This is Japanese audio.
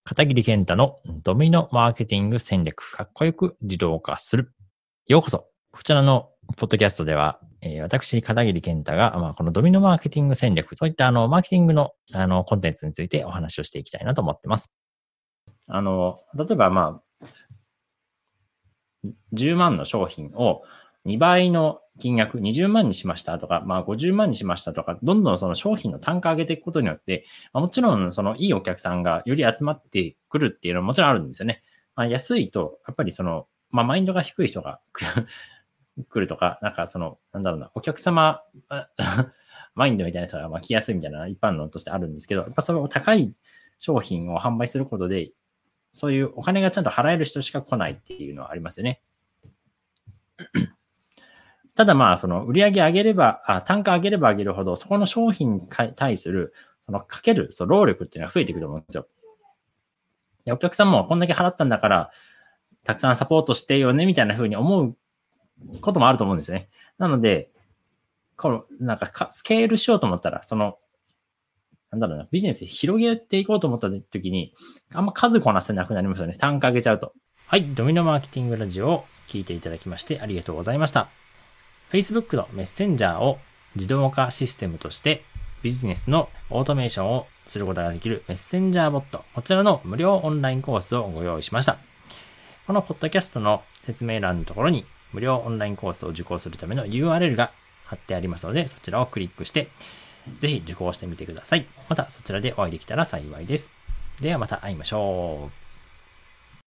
片桐健太のドミノマーケティング戦略、かっこよく自動化する。ようこそ。こちらのポッドキャストでは、私、片桐健太が、このドミノマーケティング戦略、そういったマーケティングのコンテンツについてお話をしていきたいなと思ってます。例えば10万の商品を2倍の金額、20万にしましたとか、50万にしましたとか、どんどんその商品の単価上げていくことによって、もちろんそのいいお客さんがより集まってくるっていうのはもちろんあるんですよね。安いと、やっぱりマインドが低い人が来るとか、お客様マインドみたいな人が来やすいみたいな一般論としてあるんですけど、やっぱその高い商品を販売することで、そういうお金がちゃんと払える人しか来ないっていうのはありますよね。ただその売り上げ上げれば、単価上げれば上げるほど、そこの商品に対する、かける、労力っていうのは増えてくると思うんですよ。でお客さんもこんだけ払ったんだから、たくさんサポートしてよね、みたいな風に思うこともあると思うんですね。なので、スケールしようと思ったら、ビジネス広げていこうと思った時に、あんま数こなせなくなりますよね。単価上げちゃうと。はい、ドミノマーケティングラジオを聞いていただきましてありがとうございました。Facebook のメッセンジャーを自動化システムとしてビジネスのオートメーションをすることができるメッセンジャーボット、こちらの無料オンラインコースをご用意しました。このポッドキャストの説明欄のところに無料オンラインコースを受講するための URL が貼ってありますので、そちらをクリックしてぜひ受講してみてください。またそちらでお会いできたら幸いです。ではまた会いましょう。